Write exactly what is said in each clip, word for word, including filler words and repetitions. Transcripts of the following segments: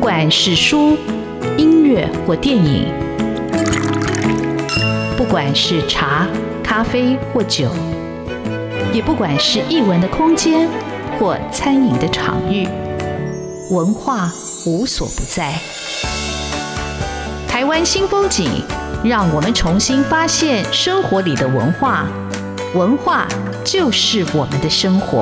管是书、音乐或电影，不管是茶、咖啡或酒，也不管是艺文的空间或餐饮的场域，文化无所不在。台湾新风景，让我们重新发现生活里的文化，文化就是我们的生活。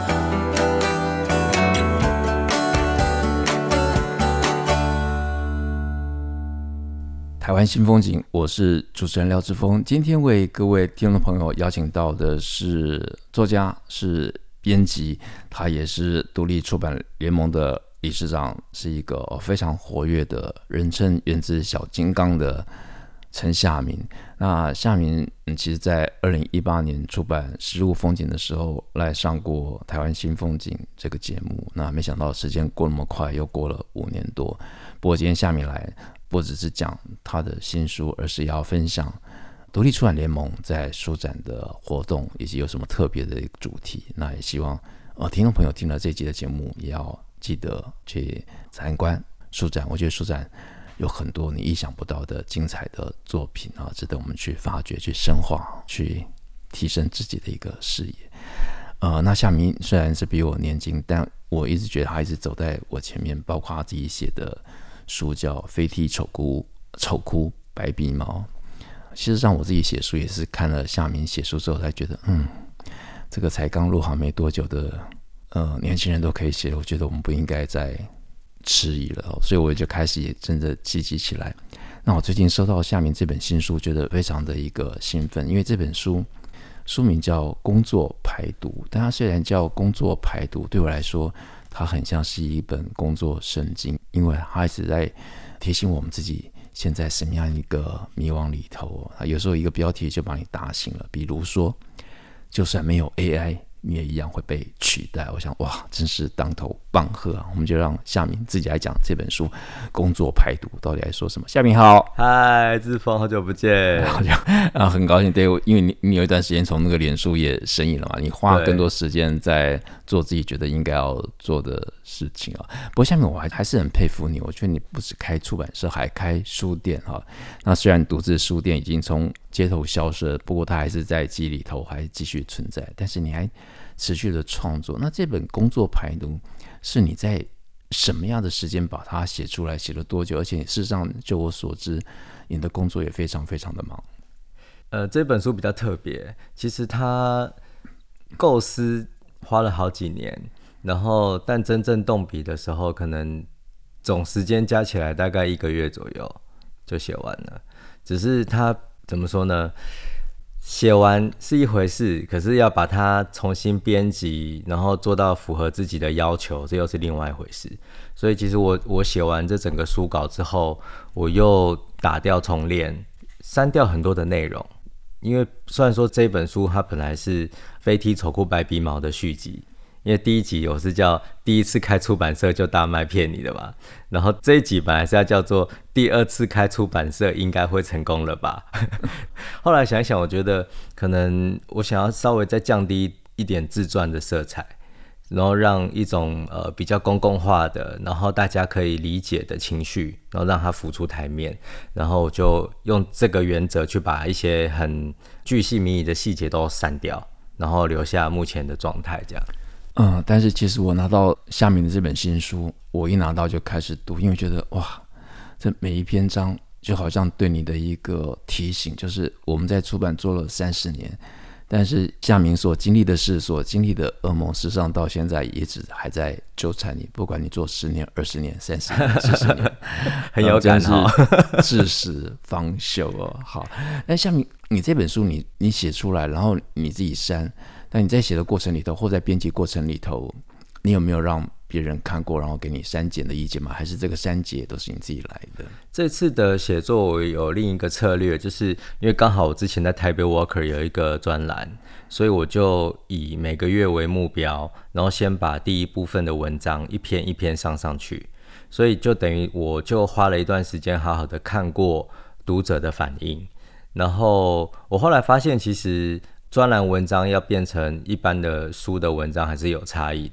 台湾新风景，我是主持人廖志峰。今天为各位听众朋友邀请到的是作家，是编辑，他也是独立出版联盟的理事长，是一个非常活跃的人称原子小金刚的陈夏民。那夏民、嗯、其实在二零一八年出版《食物风景》的时候来上过台湾新风景这个节目，那没想到时间过那么快，又过了五年多。不过今天夏民来不只是讲他的新书，而是也要分享独立出版联盟在书展的活动，以及有什么特别的主题。那也希望呃听众朋友听了这集的节目，也要记得去参观书展。我觉得书展有很多你意想不到的精彩的作品啊，值得我们去发掘、去深化、去提升自己的一个视野。呃，那夏民虽然是比我年轻，但我一直觉得他一直走在我前面，包括他自己写的书叫《飞踢丑哭丑哭白鼻毛》。事实上，我自己写书也是看了夏民写书之后才觉得，嗯，这个才刚入行没多久的呃年轻人都可以写，我觉得我们不应该再迟疑了，所以我就开始也真的积极起来。那我最近收到夏民这本新书，觉得非常的一个兴奋，因为这本书书名叫《工作排毒》，但它虽然叫工作排毒，对我来说它很像是一本工作圣经，因为它一直在提醒我们自己现在什么样一个迷惘里头。有时候一个标题就把你打醒了，比如说就算没有 A I 你也一样会被取代。我想哇，真是当头棒喝啊！我们就让夏民自己来讲这本书《工作排毒》到底来说什么。夏民好。 嗨，志峰，好久不见。 啊，很高兴，对，因为 你, 你有一段时间从那个脸书也生意了嘛，你花更多时间在做自己觉得应该要做的事情啊。不过夏民，我还还是很佩服你，我觉得你不只开出版社，还开书店哈。那虽然独自书店已经从街头消失了，不过它还是在记忆里头还继续存在，但是你还持续的创作。那这本《工作排毒》是你在什么样的时间把它写出来，写了多久？而且事实上就我所知，你的工作也非常非常的忙。 呃，这本书比较特别，其实它构思花了好几年，然后但真正动笔的时候，可能总时间加起来大概一个月左右就写完了。只是它怎么说呢？写完是一回事，可是要把它重新编辑，然后做到符合自己的要求，这又是另外一回事。所以其实我我写完这整个书稿之后，我又打掉重练，删掉很多的内容。因为虽然说这本书它本来是《飞踢丑哭白鼻毛》的续集，因为第一集我是叫第一次开出版社就大卖骗你的吧，然后这一集本来是要叫做第二次开出版社应该会成功了吧。后来想一想，我觉得可能我想要稍微再降低一点自传的色彩，然后让一种呃比较公共化的，然后大家可以理解的情绪，然后让它浮出台面，然后就用这个原则去把一些很巨细靡遗的细节都删掉，然后留下目前的状态这样。 嗯，但是其实我拿到夏民的这本新书，我一拿到就开始读，因为觉得哇，这每一篇章就好像对你的一个提醒，就是我们在出版做了三十年，但是夏民所经历的事，所经历的噩梦，事实上到现在也只还在纠缠你，不管你做十年、二十年、三十年、四十年， 很有感哦， 至死方休哦。好，那夏民，你这本书你你写出来，然后你自己删。但你在写的过程里头，或在编辑过程里头，你有没有让别人看过，然后给你删减的意见吗？还是这个删减都是你自己来的？ 这次的写作我有另一个策略，就是因为刚好我之前在台北 Walker 有一个专栏，所以我就以每个月为目标，然后先把第一部分的文章一篇一篇上上去，所以就等于我就花了一段时间好好的看过读者的反应，然后我后来发现其实专栏文章要变成一般的书的文章还是有差异的，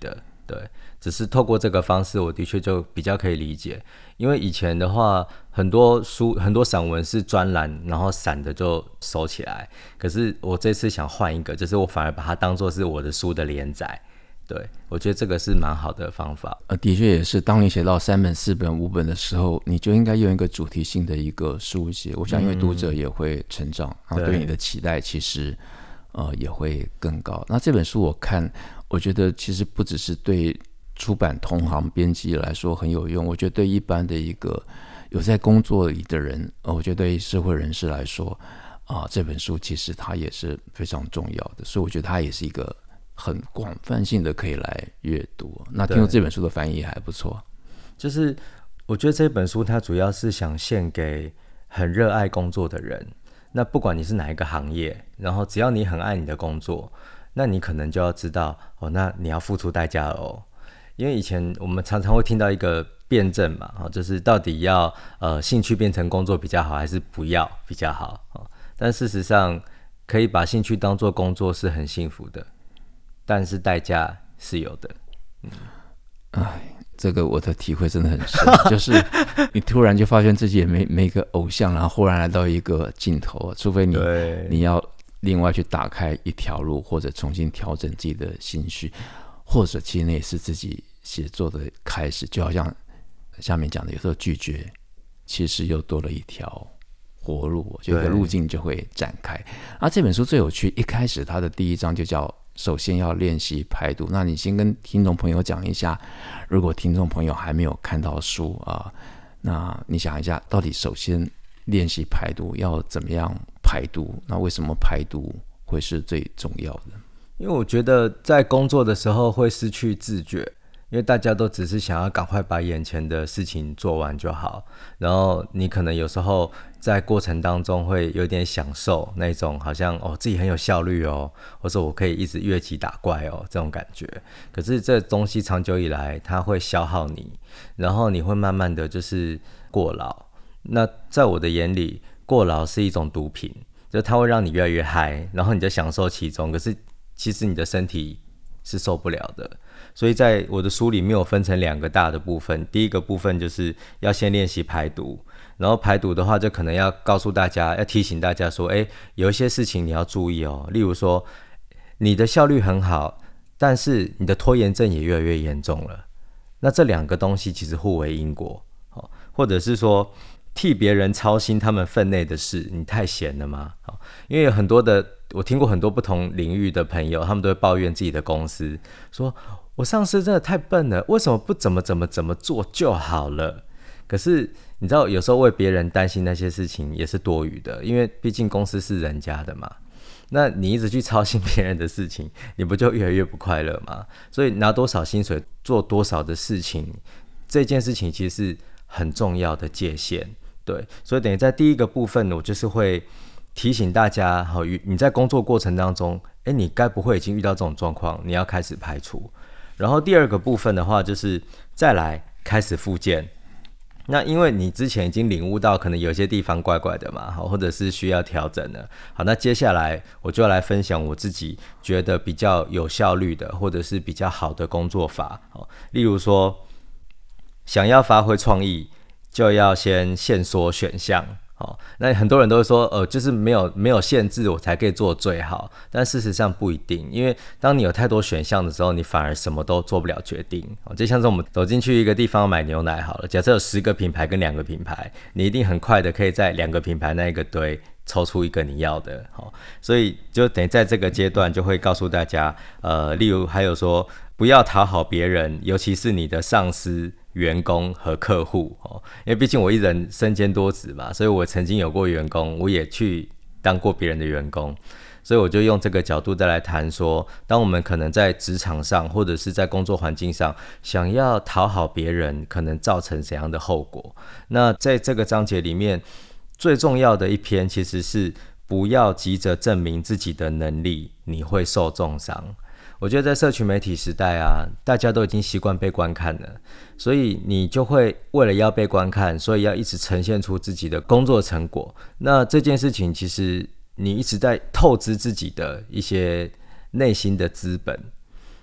对，只是透过这个方式，我的确就比较可以理解。因为以前的话，很多书、很多散文是专栏，然后散的就收起来。可是我这次想换一个，就是我反而把它当作是我的书的连载。对，我觉得这个是蛮好的方法。 呃，的确也是，当你写到三本、四本、五本的时候，你就应该用一个主题性的一个书写。我想，因为读者也会成长，然后对你的期待其实呃也会更高。那这本书我看，我觉得其实不只是对出版同行编辑来说很有用，我觉得对一般的一个有在工作里的人，呃、我觉得对社会人士来说啊、呃，这本书其实它也是非常重要的，所以我觉得它也是一个很广泛性的可以来阅读。那听说这本书的翻译也还不错， 就是我觉得这本书它主要是想献给很热爱工作的人。那不管你是哪一个行业，然后只要你很爱你的工作，那你可能就要知道哦，那你要付出代价了哦。因为以前我们常常会听到一个辩证嘛，就是到底要呃兴趣变成工作比较好，还是不要比较好。但事实上，可以把兴趣当作工作是很幸福的，但是代价是有的。嗯， 哎，这个我的体会真的很深，就是你突然就发现自己也没没一个偶像，然后忽然来到一个尽头，除非你你要另外去打开一条路，或者重新调整自己的心绪，或者其实那也是自己写作的开始。就好像下面讲的，有时候拒绝其实又多了一条活路，就一个路径就会展开。啊，这本书最有趣，一开始它的第一章就叫首先要练习排毒。那你先跟听众朋友讲一下，如果听众朋友还没有看到书啊，那你想一下，到底首先练习排毒要怎么样排毒？那为什么排毒会是最重要的？ 因为我觉得在工作的时候会失去自觉，因为大家都只是想要赶快把眼前的事情做完就好，然后你可能有时候在过程当中会有点享受那种好像哦自己很有效率哦，或者我可以一直越级打怪哦这种感觉。可是这东西长久以来它会消耗你，然后你会慢慢的就是过劳。那在我的眼里，过劳是一种毒品，就它会让你越来越嗨，然后你就享受其中，可是其实你的身体是受不了的。所以在我的书里面有分成两个大的部分，第一个部分就是要先练习排毒，然后排毒的话就可能要告诉大家，要提醒大家说，诶，有一些事情你要注意哦，例如说你的效率很好，但是你的拖延症也越来越严重了，那这两个东西其实互为因果。或者是说替别人操心他们分内的事，你太闲了吗？因为有很多的，我听过很多不同领域的朋友，他们都会抱怨自己的公司，说我上司真的太笨了，为什么不怎么怎么怎么做就好了？可是你知道，有时候为别人担心那些事情也是多余的，因为毕竟公司是人家的嘛。那你一直去操心别人的事情，你不就越来越不快乐吗？所以拿多少薪水做多少的事情，这件事情其实是很重要的界限。对，所以等于在第一个部分，我就是会提醒大家，好，你在工作过程当中，诶，你该不会已经遇到这种状况，你要开始排除。然后第二个部分的话，就是再来开始复健。那因为你之前已经领悟到可能有些地方怪怪的嘛，或者是需要调整的。好，那接下来我就要来分享我自己觉得比较有效率的，或者是比较好的工作法。例如说，想要发挥创意，就要先限缩选项。好，那很多人都会说，呃，就是没有没有限制，我才可以做最好。但事实上不一定，因为当你有太多选项的时候，你反而什么都做不了决定。就像是我们走进去一个地方买牛奶好了，假设有十个品牌跟两个品牌，你一定很快的可以在两个品牌那一个堆抽出一个你要的。好，所以就等于在这个阶段就会告诉大家，呃，例如还有说，不要讨好别人，尤其是你的上司、员工和客户。因为毕竟我一人身兼多职嘛，所以我曾经有过员工，我也去当过别人的员工，所以我就用这个角度再来谈说，当我们可能在职场上或者是在工作环境上想要讨好别人，可能造成怎样的后果。那在这个章节里面最重要的一篇其实是不要急着证明自己的能力，你会受重伤。我觉得在社群媒体时代啊，大家都已经习惯被观看了，所以你就会为了要被观看，所以要一直呈现出自己的工作成果。那这件事情其实你一直在透支自己的一些内心的资本。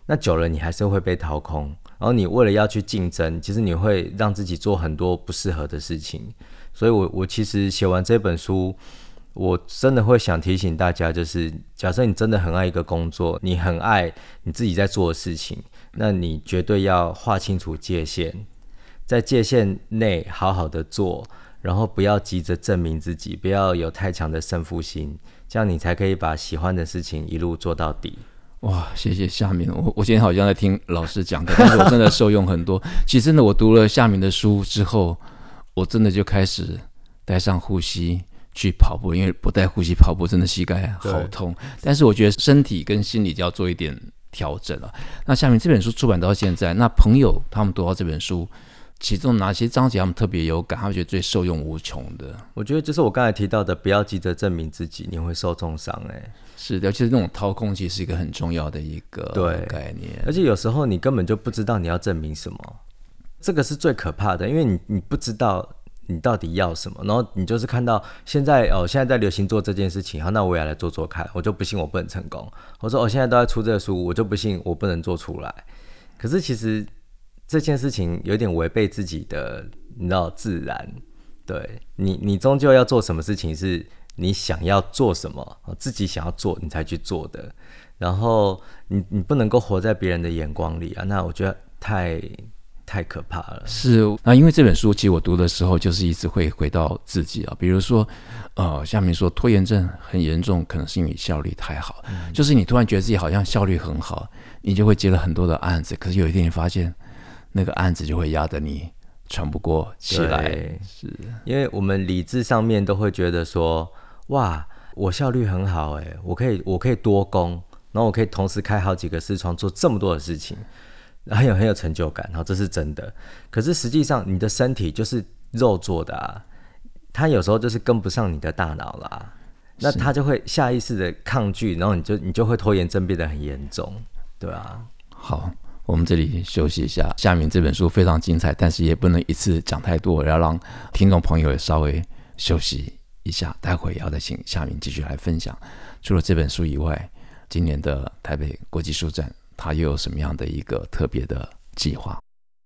那久了你还是会被掏空，然后你为了要去竞争，其实你会让自己做很多不适合的事情。所以我我其实写完这本书，我真的会想提醒大家，就是假设你真的很爱一个工作，你很爱你自己在做的事情，那你绝对要划清楚界限，在界限内好好的做，然后不要急着证明自己，不要有太强的胜负心，这样你才可以把喜欢的事情一路做到底。 哇，谢谢夏民，我我今天好像在听老师讲课，但是我真的受用很多。其实真的，我读了夏民的书之后，我真的就开始带上护膝去跑步，因为不带护膝跑步真的膝盖好痛。但是我觉得身体跟心理就要做一点调整了。那夏民这本书出版到现在，那朋友他们读到这本书，其中哪些章节他们特别有感，他们觉得最受用无穷的？ 我觉得就是我刚才提到的，不要急着证明自己，你会受重伤。哎， 是的，其实那种掏空其实是一个很重要的一个概念， 而且有时候你根本就不知道你要证明什么，这个是最可怕的，因为你你不知道你到底要什么，然后你就是看到现在哦，现在在流行做这件事情，好，那我也来做做看，我就不信我不能成功。我说哦，现在都在出这个书，我就不信我不能做出来。可是其实这件事情有点违背自己的，你知道自然。对你，你终究要做什么事情是你想要做什么，自己想要做你才去做的。然后你你不能够活在别人的眼光里啊，那我觉得太太可怕了。 是，那因为这本书其实我读的时候就是一直会回到自己啊，比如说呃，下面说拖延症很严重，可能是因为效率太好、嗯、就是你突然觉得自己好像效率很好，你就会接了很多的案子，可是有一天你发现那个案子就会压得你喘不过气来。是因为我们理智上面都会觉得说，哇，我效率很好耶，我可以我可以多工，然后我可以同时开好几个视窗做这么多的事情，很有很有成就感，然后这是真的。可是实际上你的身体就是肉做的啊，它有时候就是跟不上你的大脑啦，那它就会下意识的抗拒，然后你就你就会拖延症变得很严重，对啊。 好，我们这里休息一下。下面这本书非常精彩，但是也不能一次讲太多，要让听众朋友也稍微休息一下，待会也要再请夏民继续来分享。除了这本书以外，今年的台北国际书展它又有什么样的一个特别的计划？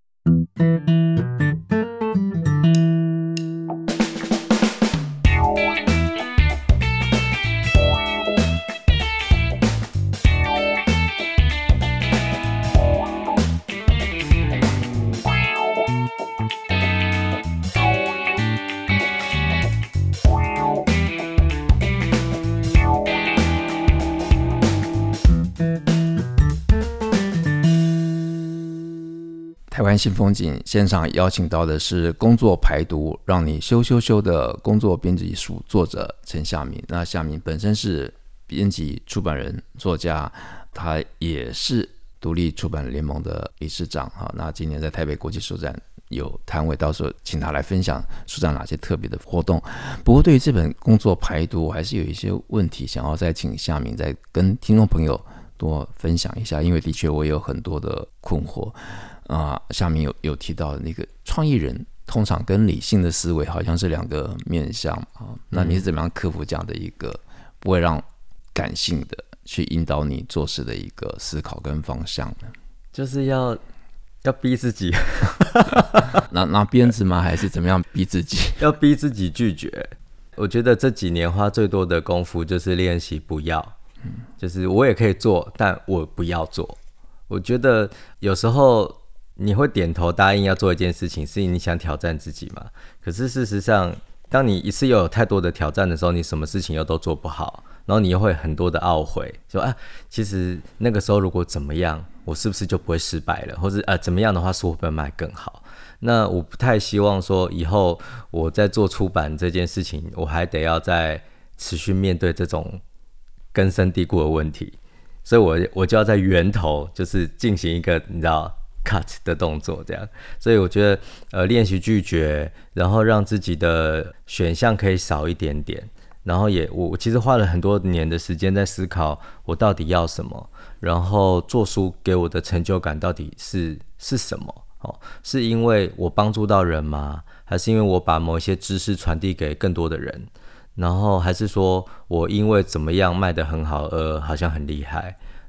台湾新风景现场邀请到的是工作排毒让你羞羞羞的工作编辑署作者陈夏民。那夏民本身是编辑、出版人、作家，他也是独立出版联盟的理事长。那今年在台北国际书展有摊位，到时候请他来分享书展哪些特别的活动。不过对于这本工作排毒，我还是有一些问题想要再请夏民再跟听众朋友多分享一下，因为的确我也有很多的困惑。啊、呃，下面有有提到那个创意人通常跟理性的思维好像是两个面向啊，那你是怎么样克服这样的一个不会让感性的去引导你做事的一个思考跟方向呢？ 就是要要逼自己拿拿鞭子吗？还是怎么样逼自己？ 要逼自己拒绝。我觉得这几年花最多的功夫就是练习不要、嗯、就是我也可以做，但我不要做。我觉得有时候你会点头答应要做一件事情，是因为你想挑战自己嘛？可是事实上，当你一次又有太多的挑战的时候，你什么事情又都做不好，然后你又会很多的懊悔，说啊，其实那个时候如果怎么样，我是不是就不会失败了？或者呃怎么样的话，书会不会卖更好？那我不太希望说以后我在做出版这件事情，我还得要再持续面对这种根深蒂固的问题，所以我我就要在源头就是进行一个你知道。cut 的动作，这样，所以我觉得，呃，练习拒绝，然后让自己的选项可以少一点点，然后也，我我其实花了很多年的时间在思考我到底要什么，然后做书给我的成就感到底是是什么？哦，是因为我帮助到人吗？还是因为我把某一些知识传递给更多的人？然后还是说我因为怎么样卖得很好而好像很厉害？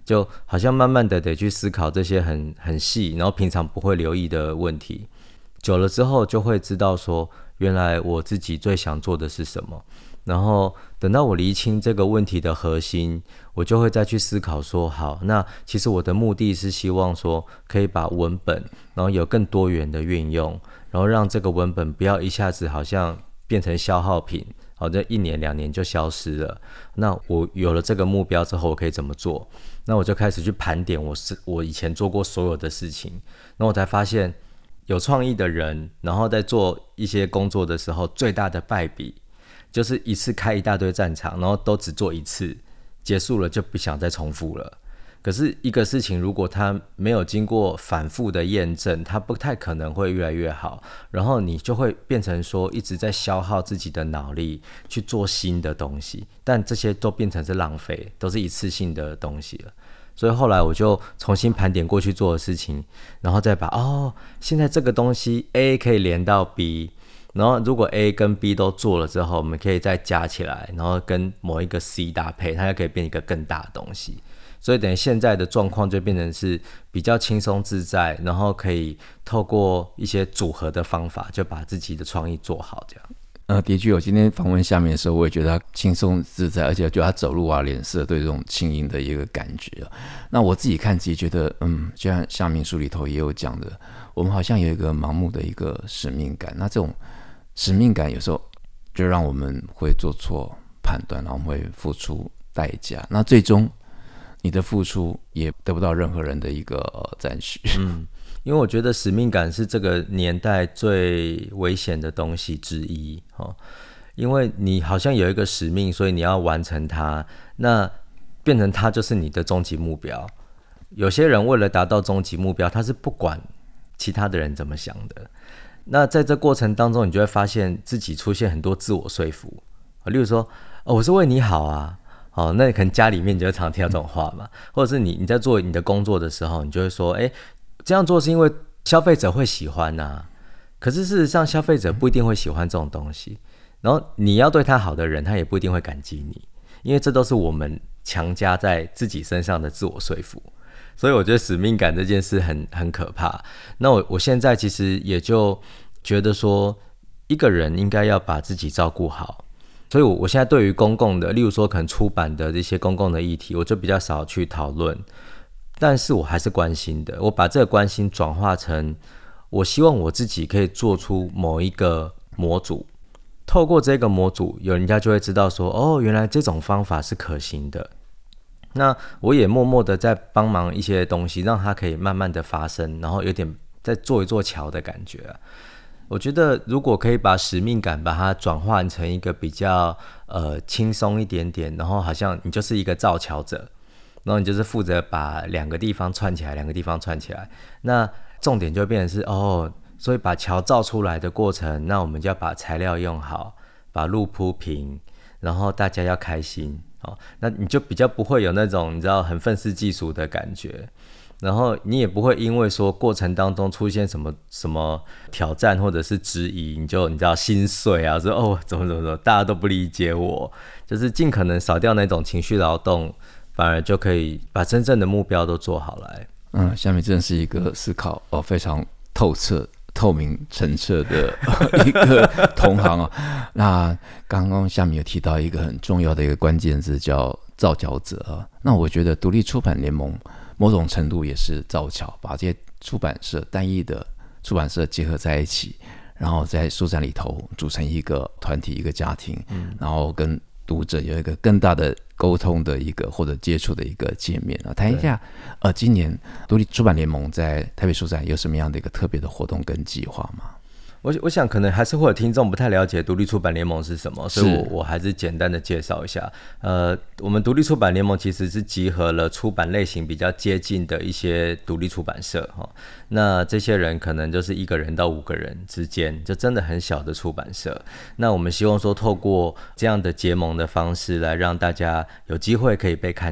就好像慢慢的得去思考这些很很细，然后平常不会留意的问题，久了之后就会知道说，原来我自己最想做的是什么。然后等到我厘清这个问题的核心，我就会再去思考说，好，那其实我的目的是希望说可以把文本然后有更多元的运用，然后让这个文本不要一下子好像变成消耗品，好，这一年两年就消失了。那我有了这个目标之后，我可以怎么做？那我就开始去盘点我是我以前做过所有的事情，然后我才发现有创意的人，然后在做一些工作的时候，最大的败笔就是一次开一大堆战场，然后都只做一次，结束了就不想再重复了。可是一个事情如果它没有经过反复的验证，它不太可能会越来越好，然后你就会变成说一直在消耗自己的脑力去做新的东西，但这些都变成是浪费，都是一次性的东西了。所以后来我就重新盘点过去做的事情，然后再把哦，现在这个东西 A 可以连到 B，然后如果 A 跟 B 都做了之后，我们可以再加起来，然后跟某一个 C 搭配，它就可以变一个更大的东西。所以等于现在的状况就变成是比较轻松自在，然后可以透过一些组合的方法，就把自己的创意做好这样。 呃，的确，我今天访问夏民的时候，我也觉得他轻松自在，而且觉得他走路啊、脸色对这种轻盈的一个感觉。那我自己看自己觉得，嗯，就像夏民书里头也有讲的，我们好像有一个盲目的一个使命感。那这种使命感有时候就让我们会做错判断，然后我们会付出代价。那最终你的付出也得不到任何人的一个赞许。 嗯，因为我觉得使命感是这个年代最危险的东西之一，哦，因为你好像有一个使命，所以你要完成它，那变成它就是你的终极目标。有些人为了达到终极目标，他是不管其他的人怎么想的。那在这过程当中，你就会发现自己出现很多自我说服，例如说，哦，我是为你好啊。哦，那可能家里面你就会常听到这种话嘛，或者是你你在做你的工作的时候，你就会说，哎，这样做是因为消费者会喜欢啊。可是事实上，消费者不一定会喜欢这种东西，然后你要对他好的人，他也不一定会感激你，因为这都是我们强加在自己身上的自我说服。所以我觉得使命感这件事很很可怕。那我我现在其实也就觉得说，一个人应该要把自己照顾好。所以我现在对于公共的，例如说可能出版的这些公共的议题，我就比较少去讨论，但是我还是关心的。我把这个关心转化成，我希望我自己可以做出某一个模组，透过这个模组，有人家就会知道说，哦，原来这种方法是可行的。那我也默默的在帮忙一些东西，让它可以慢慢的发生，然后有点在做一座桥的感觉啊。我觉得如果可以把使命感把它转换成一个比较呃轻松一点点，然后好像你就是一个造桥者，然后你就是负责把两个地方串起来，两个地方串起来，那重点就变成是哦，所以把桥造出来的过程，那我们就要把材料用好，把路铺平，然后大家要开心，哦，那你就比较不会有那种你知道很愤世嫉俗的感觉。然后你也不会因为说过程当中出现什么什么挑战或者是质疑，你就你知道心碎啊，说哦怎么怎么怎么大家都不理解我，就是尽可能少掉那种情绪劳动，反而就可以把真正的目标都做好来。 嗯，下面真是一个思考哦非常透彻、透明、澄澈的一个同行哦。那刚刚下面有提到一个很重要的一个关键字叫造桥者啊。那我觉得独立出版联盟某种程度也是造桥，把这些出版社单一的出版社结合在一起，然后在书展里头组成一个团体、一个家庭，嗯，然后跟读者有一个更大的沟通的一个或者接触的一个界面啊。谈一下，呃，今年独立出版联盟在台北书展有什么样的一个特别的活动跟计划吗？ 我我想可能还是会有听众不太了解独立出版联盟是什么，所以我我还是简单的介绍一下。呃，我们独立出版联盟其实是集合了出版类型比较接近的一些独立出版社，哦，那这些人可能就是一个人到五个人之间，就真的很小的出版社。那我们希望说透过这样的结盟的方式来让大家有机会可以被看见，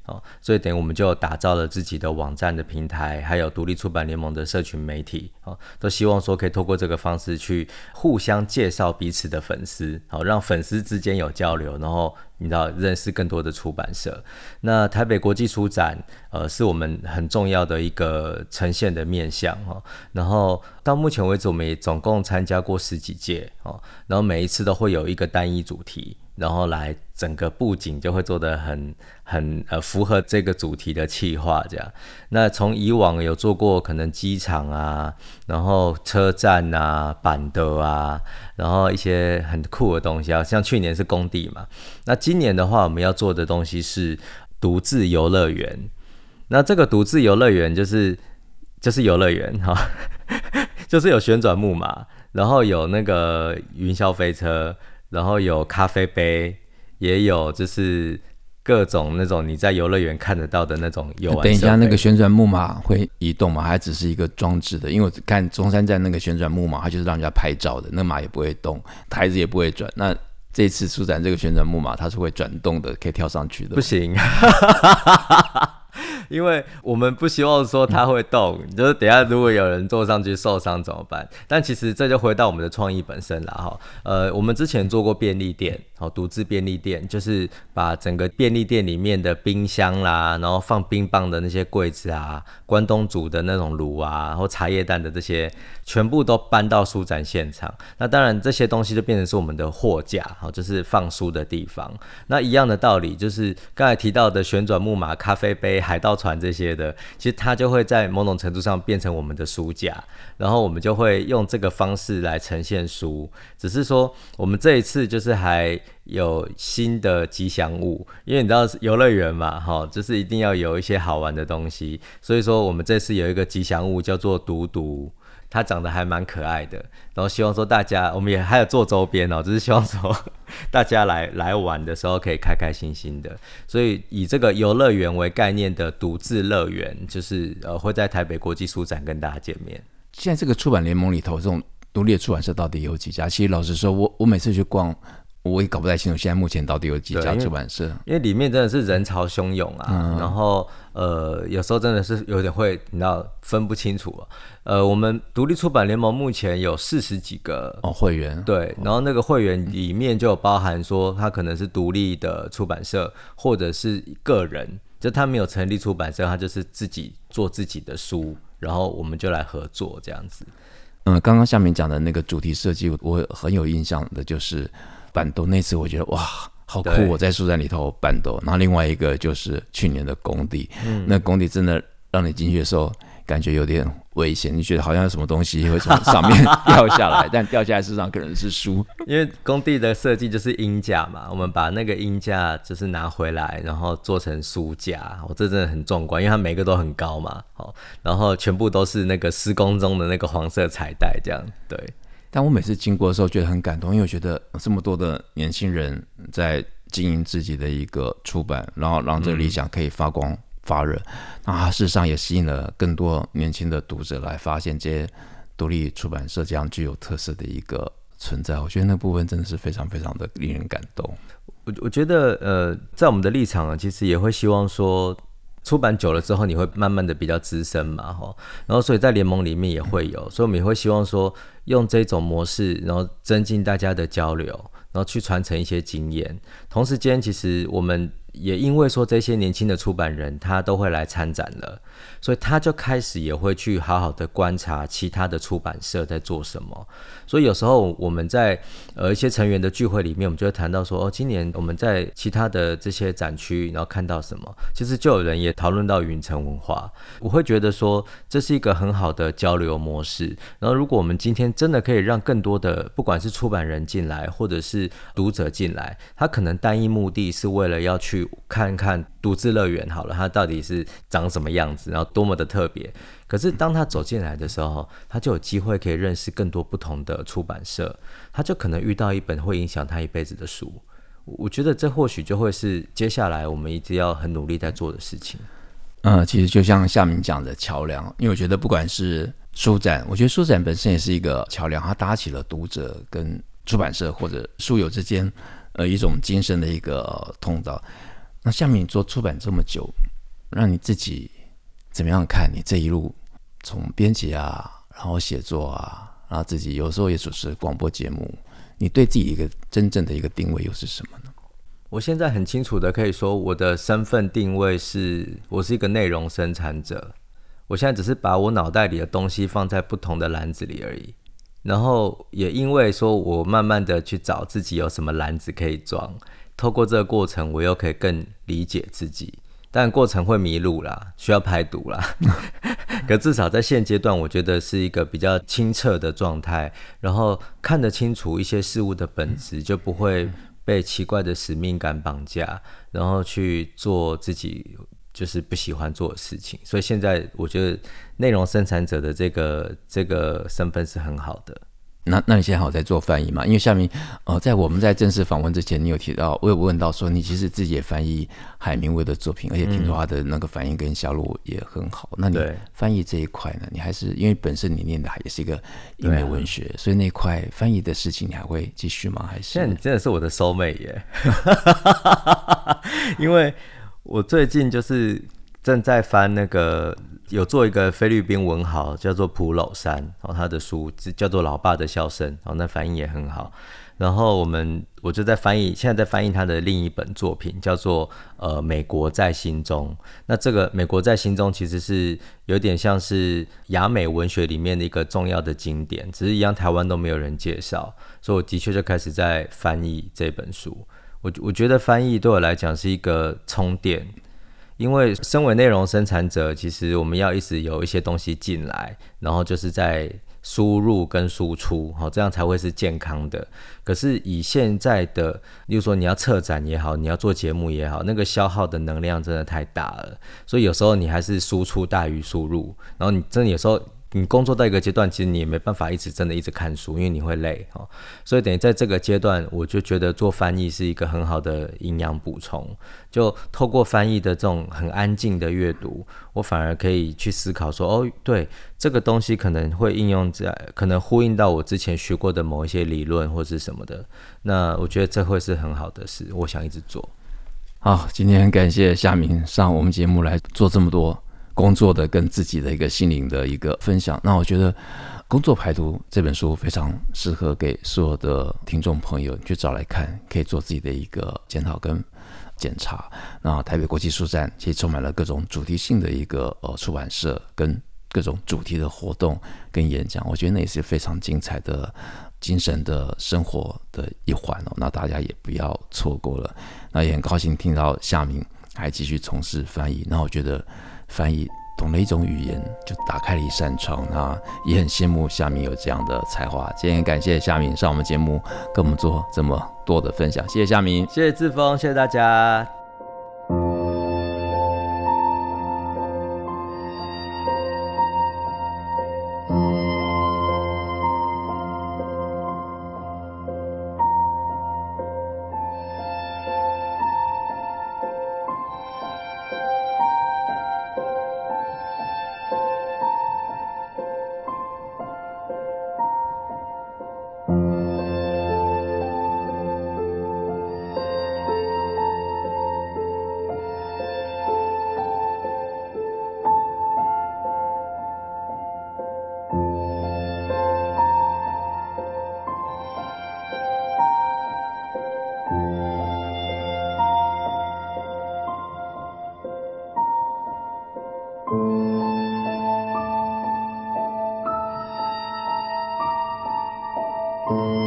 哦，所以等于我们就打造了自己的网站的平台，还有独立出版联盟的社群媒体，哦，都希望说可以透过这个方式去互相介绍彼此的粉丝，好，让粉丝之间有交流，然后你知道认识更多的出版社。那台北国际书展，呃，是我们很重要的一个呈现的面向，哦，然后到目前为止，我们也总共参加过十几届，哦，然后每一次都会有一个单一主题，然后来整个布景就会做得很很呃符合这个主题的企划这样。那从以往有做过可能机场啊，然后车站啊、板德啊，然后一些很酷的东西啊，像去年是工地嘛。那今年的话，我们要做的东西是独自游乐园。那这个独自游乐园就是就是游乐园哈，就是有旋转木马，然后有那个云霄飞车。然后有咖啡杯，也有就是各种那种你在游乐园看得到的那种游玩设备。等一下， 那个旋转木马会移动吗？还只是一个装置的？因为我看中山站那个旋转木马，它就是让人家拍照的，那马也不会动，台子也不会转。那这次书展这个旋转木马，它是会转动的，可以跳上去的。 不行。因为我们不希望说它会动，嗯，就是等一下如果有人坐上去受伤怎么办？但其实这就回到我们的创意本身啦哈。呃，我们之前做过便利店，好，独自便利店就是把整个便利店里面的冰箱啦，然后放冰棒的那些柜子啊，关东煮的那种炉啊，然后茶叶蛋的这些，全部都搬到书展现场。那当然这些东西就变成是我们的货架，好，就是放书的地方。那一样的道理，就是刚才提到的旋转木马、咖啡杯、海盗船这些的，其实它就会在某种程度上变成我们的书架，然后我们就会用这个方式来呈现书。只是说我们这一次就是还有新的吉祥物，因为你知道游乐园嘛，齁，就是一定要有一些好玩的东西，所以说我们这次有一个吉祥物叫做独独，它长得还蛮可爱的，然后希望说大家，我们也还有做周边哦，就是希望说大家来来玩的时候可以开开心心的，所以以这个游乐园为概念的独自乐园，就是呃会在台北国际书展跟大家见面。 现在这个出版联盟里头，这种独立的出版社到底有几家？其实老实说，我我每次去逛，我也搞不太清楚现在目前到底有几家出版社， 因为里面真的是人潮汹涌啊，嗯、然后呃有时候真的是有点会你知道分不清楚了。呃，我们独立出版联盟目前有四十几个哦会员， 对，然后那个会员里面就有包含说他可能是独立的出版社，或者是个人，就他没有成立出版社，他就是自己做自己的书，然后我们就来合作这样子。 嗯，刚刚下面讲的那个主题设计，我很有印象的就是板豆，那次我觉得哇好酷，我在书展里头板豆。然后另外一个就是去年的工地，嗯、那工地真的让你进去的时候感觉有点危险，你觉得好像有什么东西会从上面掉下来，但掉下来事实上可能是书。 因为工地的设计就是鹰架嘛，我们把那个鹰架就是拿回来，然后做成书架，哦，这真的很壮观，因为它每个都很高嘛，哦，然后全部都是那个施工中的那个黄色彩带，这样对。 但我每次经过的时候觉得很感动，因为我觉得这么多的年轻人在经营自己的一个出版，然后让这个理想可以发光发热，那它事实上也吸引了更多年轻的读者来发现这些独立出版社这样具有特色的一个存在。我觉得那部分真的是非常非常的令人感动。 我我觉得呃，在我们的立场呢，其实也会希望说，出版久了之后，你会慢慢的比较资深嘛，齁，然后所以在联盟里面也会有，所以我们也会希望说，用这种模式，然后增进大家的交流，然后去传承一些经验。同时间，其实我们也因为说这些年轻的出版人他都会来参展了，所以他就开始也会去好好的观察其他的出版社在做什么。所以有时候我们在呃一些成员的聚会里面，我们就会谈到说，哦，今年我们在其他的这些展区，然后看到什么，其实就有人也讨论到云层文化。我会觉得说这是一个很好的交流模式。然后如果我们今天真的可以让更多的不管是出版人进来，或者是读者进来，他可能单一目的是为了要去看看独自乐园好了，它到底是长什么样子，然后多么的特别。可是当他走进来的时候，他就有机会可以认识更多不同的出版社，他就可能遇到一本会影响他一辈子的书。我觉得这或许就会是接下来我们一直要很努力在做的事情。 嗯，其实就像夏明讲的桥梁，因为我觉得不管是书展，我觉得书展本身也是一个桥梁，它搭起了读者跟出版社或者书友之间呃一种精神的一个通道。 那下面你做出版这么久，让你自己怎么样看你这一路从编辑啊，然后写作啊，然后自己有时候也主持广播节目，你对自己一个真正的一个定位又是什么呢？ 我现在很清楚的可以说，我的身份定位是我是一个内容生产者。我现在只是把我脑袋里的东西放在不同的篮子里而已。然后也因为说我慢慢的去找自己有什么篮子可以装，透过这个过程我又可以更理解自己，但过程会迷路啦，需要排毒啦可至少在现阶段我觉得是一个比较清澈的状态，然后看得清楚一些事物的本质，就不会被奇怪的使命感绑架，然后去做自己就是不喜欢做的事情。所以现在我觉得内容生产者的这个这个身份是很好的。 那那你现在还有在做翻译吗？因为夏民，呃，在我们在正式访问之前，你有提到，我有问到说，你其实自己也翻译海明威的作品，而且听说他的那个反应跟销路也很好。嗯、那你翻译这一块呢？你还是因为本身你念的也是一个英美文学，啊、所以那一块翻译的事情你还会继续吗？还是？ 现在你真的是我的soul mate耶，因为我最近就是正在翻那个。有做一个菲律宾文豪叫做蒲叟山，然后他的书叫做《老爸的笑声》，然后那翻译也很好。然后我们我就在翻译，现在在翻译他的另一本作品，叫做呃《美国在心中》。那这个《美国在心中》其实是有点像是亚美文学里面的一个重要的经典，只是一样台湾都没有人介绍，所以我的确就开始在翻译这本书。我我觉得翻译对我来讲是一个充电。因为身为内容生产者，其实我们要一直有一些东西进来，然后就是在输入跟输出，这样才会是健康的。可是以现在的，例如说你要策展也好，你要做节目也好，那个消耗的能量真的太大了，所以有时候你还是输出大于输入，然后你真的有时候你工作到一个阶段，其实你也没办法一直真的一直看书，因为你会累，所以等于在这个阶段，我就觉得做翻译是一个很好的营养补充。就透过翻译的这种很安静的阅读，我反而可以去思考说，哦，对，这个东西可能会应用在，可能呼应到我之前学过的某一些理论或是什么的。那我觉得这会是很好的事，我想一直做。 好，今天很感谢夏民上我们节目来做这么多工作的跟自己的一个心灵的一个分享。那我觉得《工作排毒》这本书非常适合给所有的听众朋友去找来看，可以做自己的一个检讨跟检查。那台北国际书展其实充满了各种主题性的一个呃出版社跟各种主题的活动跟演讲，我觉得那也是非常精彩的精神的生活的一环哦。那大家也不要错过了。那也很高兴听到夏民还继续从事翻译，那我觉得翻译懂了一种语言，就打开了一扇窗。那也很羡慕夏民有这样的才华。今天感谢夏民上我们节目，跟我们做这么多的分享。谢谢夏民， 谢谢志峰，谢谢大家。Thank you.